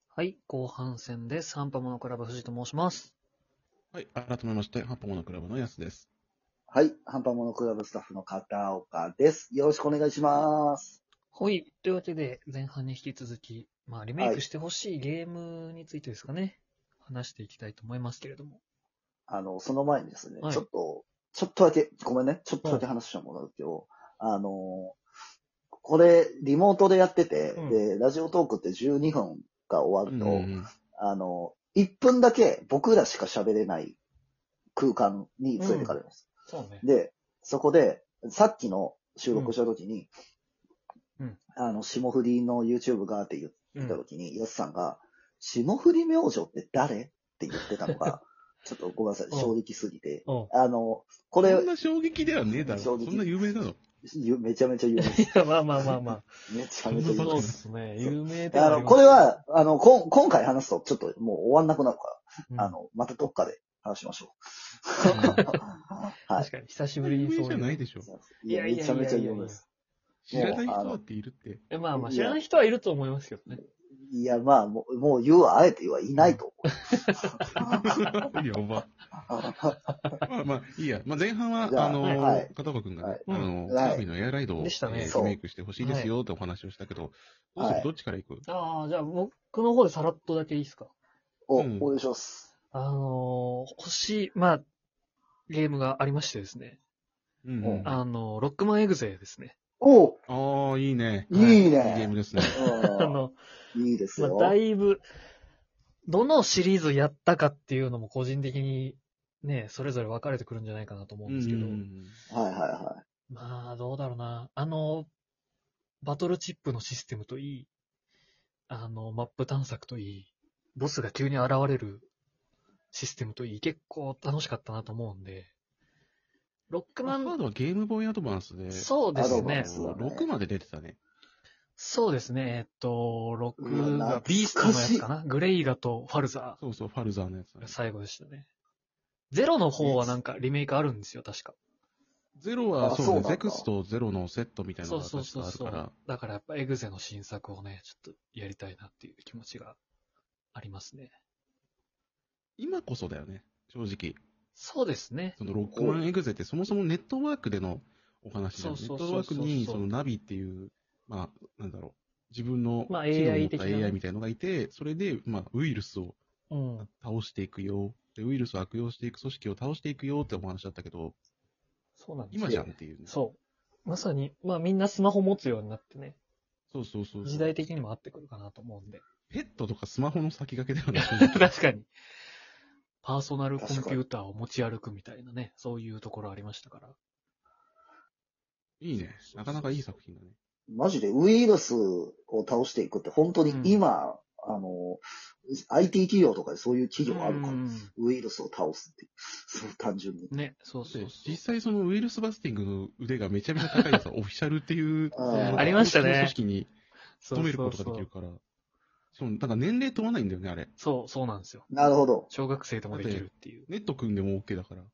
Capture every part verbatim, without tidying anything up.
はい、後半戦です。ハンパモノクラブ藤と申します。 はい、改めまして、ハンパモノクラブのやすです。 はい、ハンパモノクラブスタッフの片岡です。よろしくお願いします。 はい、というわけで、前半に引き続き、まあ、リメイクしてほしいゲームについてですかね、話していきたいと思いますけれども。 あの、その前にですね、 はいちょっと、ちょっとだけ、ごめんね、ちょっとだけ話してもらうと、あの、これ、リモートでやってて、 うんで、ラジオトークってじゅうにふんが終わると、 うんうんうんあの、いっぷんだけ僕らしか喋れない空間に連れてかれるんです。 そうね。 で、そこで、さっきの収録した時に、 うんあの、霜降りの YouTube がって言うんった時に、やすさんが、霜降り明星って誰って言ってたのが、ちょっとごめんなさい、 うん衝撃すぎてうん。 あの、これそん、な衝撃ではねえだろ。 衝撃そんな有名なの。 ゆめちゃめちゃ有名です。 いや、まあまあまあまあ。 めちゃめちゃ有そうで名です。 すね。 そう有名ではああの、 りますこれは、あの、こん今回話すとちょっともう終わんなくなるかうんら、あの、またどっかで話しましょうんう。はい確。かに、久しぶりに有名そういう。 じゃないでしょ。 いや、めちゃめちゃ有名です。 知らない人だっているって。 えまあまあ、 いや知らない人はいると思いますけどね。 いや、まあ、もう、もう言うはあえて言はいないと思やば。まあまあ、いいや。まあ前半は、 じゃああのはいー、片岡くんがね、 はいあのー、 はいカービィのエアライドをでしたねえーそうリメイクしてほしいですよってお話をしたけど、どうすはいるどっちから行くああ、じゃあ僕の方でさらっとだけいいですか。 う。お、 うんお願いします。 あのー、欲しい、まあ、ゲームがありましてですね。 うんうん。 あの、ロックマンエグゼですね。 おああ、いいね。 いいいいゲーねム。ですね。 あの、 うんいいですまあ、 よ。 だいぶ、どのシリーズやったかっていうのも個人的にね、それぞれ分かれてくるんじゃないかなと思うんですけど、 うんうんはいはいはまあ、どうだろうな。あの、バトルチップのシステムといい、あの、マップ探索といい、ボスが急に現れるシステムといい、結構楽しかったなと思うんで、ロックマン、 まあハードはゲームボーイアドバンスで、 そうですアドバねン。スだねろくまで出てたね。 そうですね。えっと、ろくうわがビーストのやつかな。グレイガとファルザそうそう、ファルザーのやつだねーが。最後でしたね。ゼロの方はなんかリメイクあるんですよ、確か。 ゼロはそうね、 あそうなんだゼクスとゼロのセットみたいなそうのが確そうそうそかあるからう。。だからやっぱエグゼの新作をね、ちょっとやりたいなっていう気持ちがありますね。 今こそだよね、正直。 そうですね。 そのロックマンエグゼってそもそもネットワークでのお話じゃん。ネそうそうそうそうットワークにそのナビっていう、まあ、なんだろう。自分のまあ機能をエーアイ持った的なねエーアイ みたいのがいて、それで、まあ、ウイルスをうん。 倒していくよ。で、ウイルスを悪用していく組織を倒していくよってお話だったけど、 そうなんですよ。 今じゃんっていうね。 そう。まさに、まあみんなスマホ持つようになってね、 そうそうそうそう。 時代的にも合ってくるかなと思うんで。 ペットとかスマホの先駆けではない。 確かに。パーソナルコンピューターを持ち歩くみたいなね、そういうところありましたから。 いいね。なかなかいい作品だね。 い。マジでウイルスを倒していくって本当に今、あの、アイティー 企業とかでそういう企業あるかも。 うんウイルスを倒すっていう。そう、単純に。 ね、そうそうでそう実。際そのウイルスバスティングの腕がめちゃめちゃ高いやつはオフィシャルっていう、 あーそのありましたね組織にそう止めることができるから。しかも、なんか年齢問わないんだよね、あれ。 そう、そうなんですよ。 なるほど。 小学生でもできるっていう。 ネット組んでも OK だから。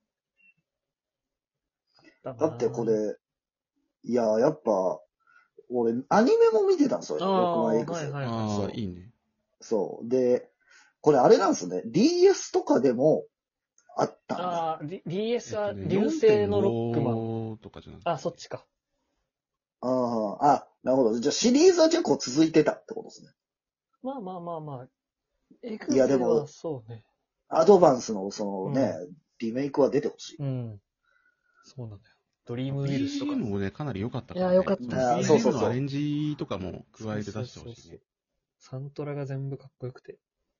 だってこれ、いや、やっぱ、俺、アニメも見てたんですよ。 ああ、 ろくまんエグゼはいはいはい。 ああ、 そういいね。 そう。で、これあれなんですね。ディーエス とかでもあったんだ。 ああ、ディ ディーエス はえっとね流星のロックマン。 よんてんごとかじゃなくて。 あ、そっちか。 ああ、あ、なるほど。じゃあシリーズは結構続いてたってことですね。 まあまあまあまあ。エグいやでもはそうね。 アドバンスのそのね、リメイクは出てほしい。 うん。そうなんだよ。ドリームウイルスとか。 ビージーエム もね、かなり良かったから、ね。 いや良かったあービージーエムそうそうそうのアレンジとかも加えて出してほしいそうそうそうね。 サントラが全部かっこよくて。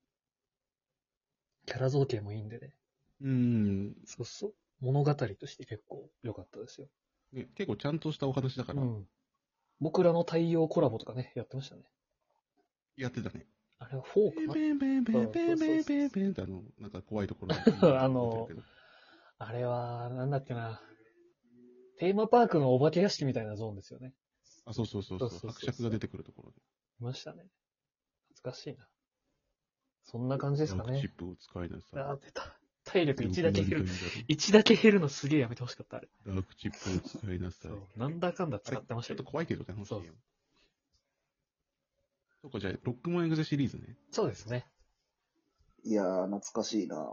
キャラ造形もいいんでね。 うん、 そうそう。物語として結構良かったですよ。 ね。結構ちゃんとしたお話だから、 うん。僕らの太陽コラボとかね、やってましたね。 やってたね。 あれはフォーかベンベンベンベンベンベンベンベンってあの、なんか怖いところにあのなあれは、なんだっけな。テーマパークのお化け屋敷みたいなゾーンですよね。 あ、そうそうそうそう。 そうそうそう伯爵が出てくるところで。 いましたね。懐かしいな。そんな感じですかねダークチッ。プを使いなさい。 あー、出た。体力いちだけ減る。 よくなりたいんだろいちだけ減るのすげえやめてほしかった、あれ。 ダークチップを使いなさい。 そう。なんだかんだ使ってましちょっとたけど。 怖いけどね、 そう本当にそうか、じゃあ、ロックマンエグゼシリーズね。 そうですね。 いやー、懐かしいな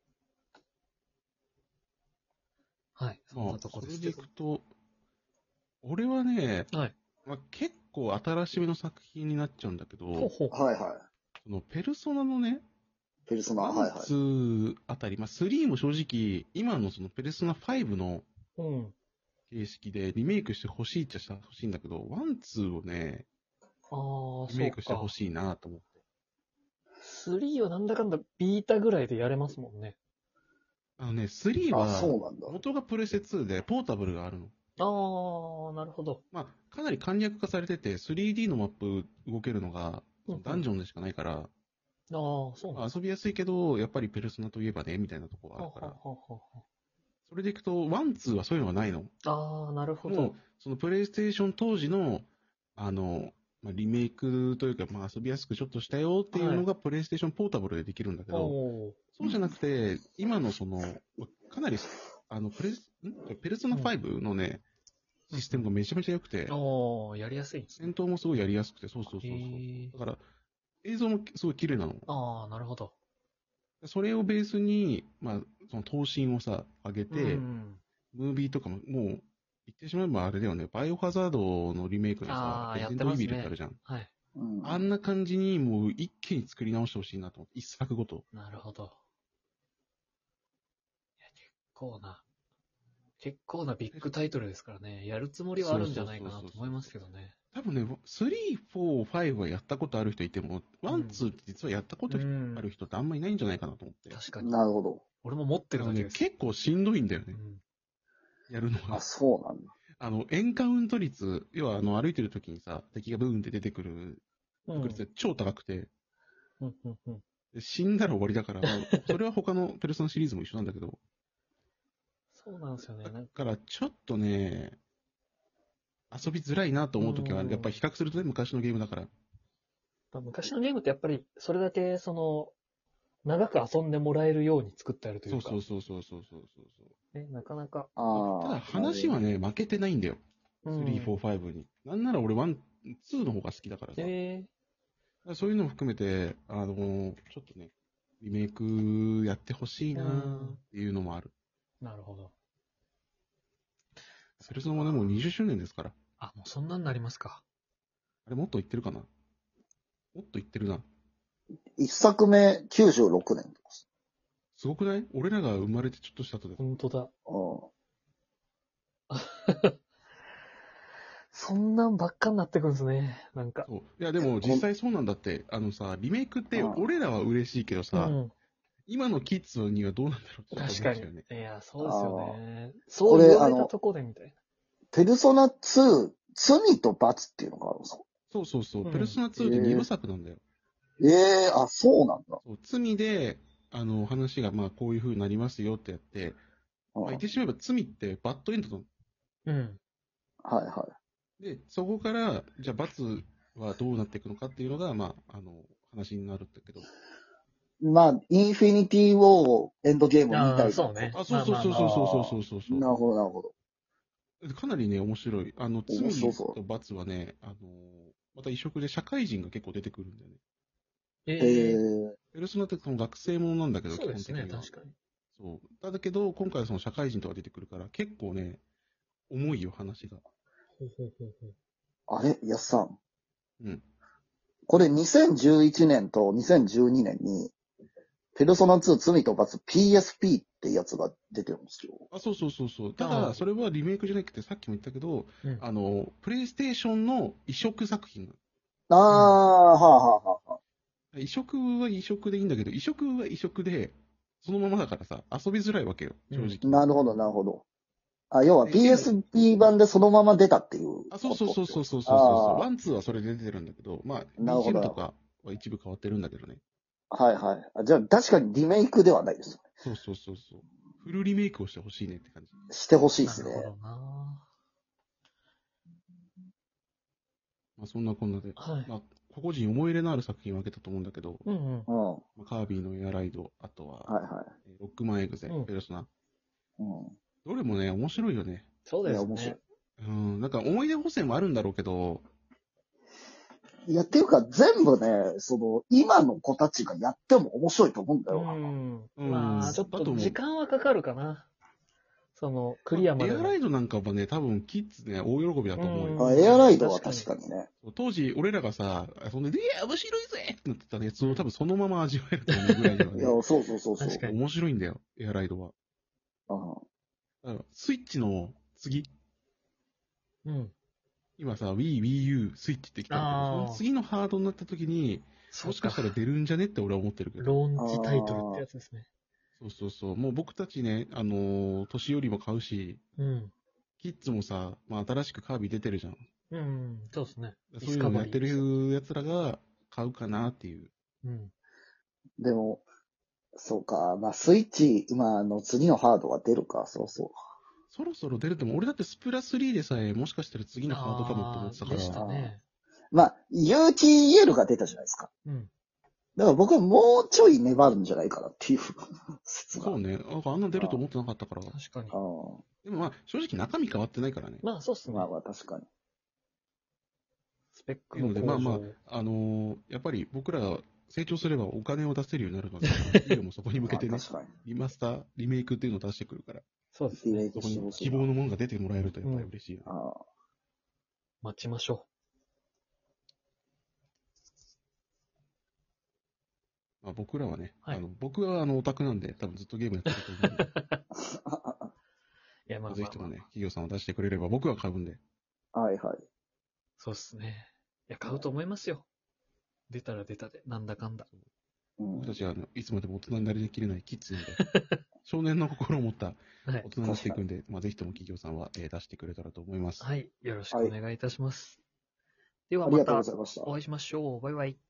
はい。そんまあなと、こそれですけど。 でいくと、俺はね、 はい。 まあ、結構新しめの作品になっちゃうんだけど、 ほうほう。 はいはそのペルソナのね、 い。ペルソナ、 ワン、 はいはい。 ツーあたり、まあ、スリーも正直、今のそのペルソナファイブのうん。 形式でリメイクしてほしいっちゃしてほしいんだけど、ワン、ツーをね、 ああ、 リそうかメイクしてほ。しいなと思って。 スリーはなんだかんだビータぐらいでやれますもんね。 あのね、スリーあ、 はそうなんだ。 元がプレステツーでポータブルがあるの。 ああ、なるほど。 まあ、かなり簡略化されてて、スリーディー のマップ動けるのが、 うんうんダンジョンでしかないから、 ああ、そうなんだ。 まあ遊びやすいけど、やっぱりペルソナといえばね、みたいなところがあるからはは。ははそれでいくと、ワン、ツーはそういうのがないの。 はああ、なるほもうど。、 そのプレイステーション当時の、あの、まあ、リメイクというか、まあ遊びやすくちょっとしたよっていうのが、プレイステーションポータブルでできるんだけど、 おーそうじゃなくて、今のその、かなり、あの、プレス、んペルソナファイブのね、システムがめちゃめちゃ良くて、 おーやりやすいんですね。 戦闘もすごいやりやすくて、そうそうそうそう。 へーだから、映像もすごい綺麗なの。 ああ、なるほど。 それをベースに、まあ、その頭身をさ、上げうて、 ん。 ムービーとかも、もう、言ってしまえばあれだよね、バイオハザードのリメイクのさあ、あ、 レやジェンドイビルってってますね。 あるじゃん。 はい。 うん。 あんな感じにもう一気に作り直してほしいなと思って、一作ごと。 なるほど。いや、結構な、結構なビッグタイトルですからね。やるつもりはあるんじゃないかなと思いますけどね。 多分ね、スリー、フォー、ファイブはやったことある人いても、ワン、ツーって実はやったことうんある人ってあんまりいないんじゃないかなと思って。 確かに。 なるほど。 俺も持ってあのね、 るだけです。 結構しんどいんだよね、 うんやるのあ、 が。 そうなんだ。 あの、エンカウント率、要はあの歩いてる時にさ、敵がブーンって出てくるうん確率が超高くて、 うんうんうんで死んだら終わりだから、まあ、それは他のペルソナシリーズも一緒なんだけど、 そうなんですよね。なんだかからちょっとね、遊びづらいなと思うときは、 うんやっぱり比較するとね、昔のゲームだから。 まあ昔のゲームってやっぱりそれだけその長く遊んでもらえるように作ってあるといそううか、 そうそうそうそうそうそう。 ね、なかなか、 ああ。 ただ話はね、負けてないんだよ。 うスリー、フォー、ファイブに。なんなら俺ワン、ツーの方が好きだからさ。 えだからそういうのも含めて、あのーちょっとね、リメイクやってほしいなーっていうのもある。 ー、なるほど。 ペルソナもね、もうにじゅっしゅうねんですから。 あ、もうそんなになりますか。 あれもっと言ってるかなもっと言ってるな。 一作目、きゅうじゅうろくねんです。 すごくない俺らが生まれてちょっとした後で。 本当だ。 うそんなんばっかになってくんですね。なんか。 そう。いや、でも実際そうなんだって。あのさ、リメイクってうん俺らは嬉しいけどさ、 うん。 今のキッズにはどうなんだろうってちょっと確かに。 思っちゃうよね。 いや、そうですよね。そう言われたとこでみたいな。 ペルソナツー、罪と罰っていうのがあるんですか？ そうそうそう。 うんペルソナツーでにぶ作なんだよ。 ええー、あ、そうなんだ。 そう罪で、あの、話がまあこういう風になりますよってやって、 うん、 まあ、 はい言ってしまえば罪ってバッドエンドなの。 うん。 はで、そこから、じゃあ罰はどうなっていくのかっていうのが、まあ、あの、話になるんだけど。 い。まあ、インフィニティ・ウォーエンドゲームみたいな。 あーそうねあ、そうそうそうそうそうそうそうそう。 なるほど、なるほど。 かなりね、面白い。あの、罪面白そうと罰はね、あの、また異色で社会人が結構出てくるんだよね。 えええー、 ペルソナってその学生ものなんだけど、 そうですね、 には。 確かに。 そう。だけど、今回はその社会人とか出てくるから、結構ね、重いよ、話が。 ほうほうほうほう。 あれ、やっさん。 うん。 これにせんじゅういちねんとにせんじゅうにねんに、ペルソナツー罪と罰 ピーエスピー ってやつが出てるんですよ。 あ、そうそうそうそう。たあだ、 あそれはリメイクじゃなくて、さっきも言ったけど、 うんあの、プレイステーションの移植作品なああ、はあはあはあはあ。 の。移植は移植でいいんだけど、移植は移植で、そのままだからさ、遊びづらいわけよ、正直。 なるほど、なるほど。あ、要はでピーエスピー 版でそのまま出たっていう。 あ、そうそうそうそうそうそうそう。 あーワン、ツーはそれで出てるんだけど、まあ、 なるほどビージーエム とかは一部変わってるんだけどね。 はいはいあ。じゃあ確かにリメイクではないです。 そうそうそうそう。フルリメイクをしてほしいねって感じ。 してほしいですねな。るほどな。 まあ、そんなこんなで。 はい。 まあ、個々人思い入れのある作品を挙げたと思うんだけど、 うんうん。 うん。はまあ、カービィのエアライド、あとは、 いはえーロックマンエグゼ、 うんペルソナ。 い。うん。 どれもね、面白いよね。 そうですいや面白いね。 うん、なんか思い出補正もあるんだろうけど、 いや、っていうか全部ね、その、今の子たちがやっても面白いと思うんだうよ。 ん。 うんまあ、ちょっとあともう時間はかかるかな。その、クリアまでの。 エアライドなんかはね、多分キッズね、大喜びだと思うよ。 あエアライドは確かにね。 当時、俺らがさ、遊んで、いや、面白いぜってなってたやつを多分そのまま味わえると思うぐらいだよいや、 ね。 そうそうそうそう。 確かに面白いんだよ、エアライドは。 うんだからスイッチの次、 うん。 今さ、Wii、Wii U、スイッチってきてるけど、 あーその次のハードになった時に、 そうもしかしたら出るんじゃねって俺は思ってるけど。 ローンチタイトルってやつですね。 そうそうそう。もう僕たちね、あのー年寄りも買うし、 うん。 キッズもさ、まあ新しくカービィ出てるじゃん。 うん。そうですね。 そういうのをやってる奴らが買うかなっていう。 うん。 でも、そうか。まあ、スイッチ、まあ、あの、次のハードが出るか。そうそう。 そろそろ出ると思う。俺だってスプラスリーでさえ、もしかしたら次のハードかもって思ってたかあーでしたら。 ね。 まあ、ユーティーエル が出たじゃないですか。 うん。 だから僕はもうちょい粘るんじゃないかなっていう説が。 そうね。なんかあんな出ると思ってなかったから。で確かに。 うもまあ、正直中身変わってないからね。 まあ、そうっすん。 ねま。あまあ、確かに。 スペックなので、 の向上。 まあまあ、あのーやっぱり僕らが成長すればお金を出せるようになるので、企業もそこに向けてねまあ、確かに。 リマスター、リメイクっていうのを出してくるから、 そうですね。 リメイそこにクしてほしい希望のものが出てもらえるとやっぱり嬉しいな。 ああ待ちましょまあ、僕らはね、 はいあの僕はあのオタクなんで、多分ずっとゲームやってると思うんで、 う。いや、まあまあ、まあぜひともね、企業さんを出してくれれば僕は買うんで。 はいはい。 そうっすね。いや、買うと思いますよ。出たら出たで、なんだかんだ。 うん僕たちはあのいつまでも大人になりきれないキッズなんで、少年の心を持ったはい大。人になっていくんで、まあ、ぜひとも企業さんは、えー出してくれたらと思います。 はい。よろしくお願いいたします。ではありがとうまたございました。 お会いしましょう。バイバイ。